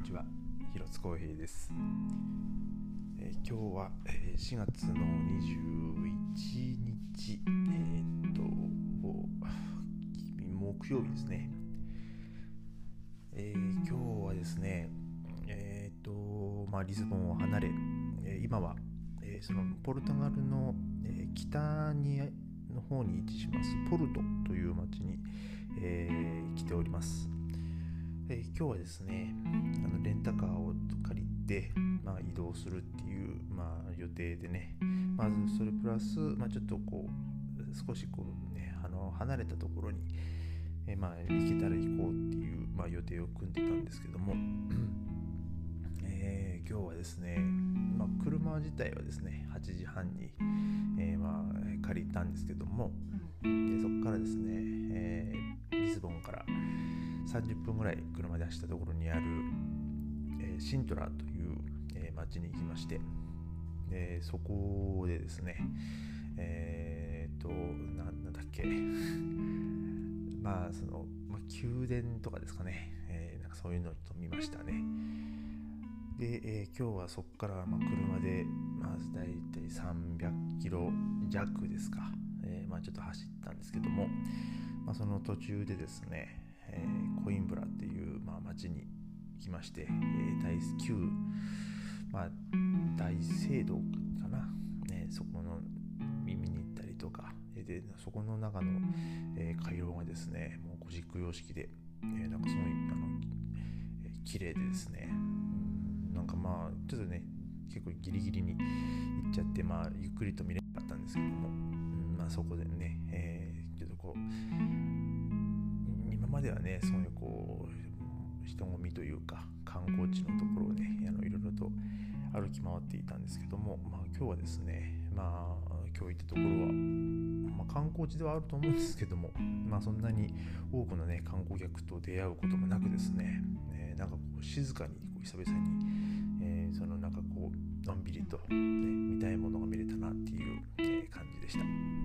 ちは、広津光平です。今日は、4月の21日、木曜日ですね。今日はですね、リスボンを離れ、今は、そのポルトガルの、北の方に位置しますポルトという町に、来ております。今日はですね、レンタカーを借りて、移動するっていう、予定でね、まずそれプラス、ちょっと少し離れたところに、行けたら行こうっていう、予定を組んでたんですけども、今日はですね、車自体はですね8時半に、借りたんですけども、そこからですね、リスボンから30分ぐらい車で走ったところにある、シントラという、町に行きまして、そこでですね、なんだっけ宮殿とかですかね、そういうのを見ましたね。で、今日はそこから車でだいたい300キロ弱ですか、ちょっと走ったんですけども、その途中でですね、コインブラっていう、町に行きまして、大聖堂かな、そこの見に行ったりとかで、そこの中の、回廊がですね、もうゴシック様式で、すごい綺麗でですね、ちょっとね結構ギリギリに行っちゃって、ゆっくりと見れなかったんですけども、そこでね、ちょっと今まではね、そういう人混みというか観光地のところをね、いろいろと歩き回っていたんですけども、今日はですね、今日行ったところは、観光地ではあると思うんですけども、そんなに多くのね観光客と出会うこともなくですね、静かに久々に、のんびりと、見たいものが見れたなっていう、感じでした。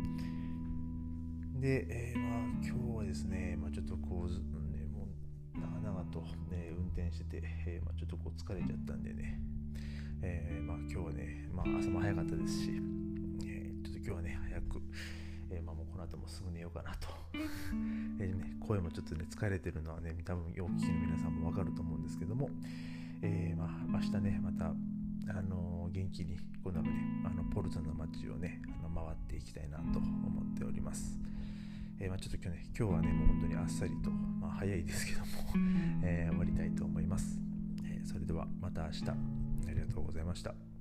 で、今日はですね、ちょっともう長々と、運転してて、ちょっと疲れちゃったんでね、今日はね、朝も早かったですし、ちょっと今日はね早く、もうこの後もすぐ寝ようかなと声もちょっとね疲れてるのはね、多分お聞きの皆さんもわかると思うんですけども、明日ねまた元気にこのねポルトの街をね回っていきたいなと思っております。ちょっと今日はねもう本当にあっさりと、早いですけども、終わりたいと思います。それではまた明日、ありがとうございました。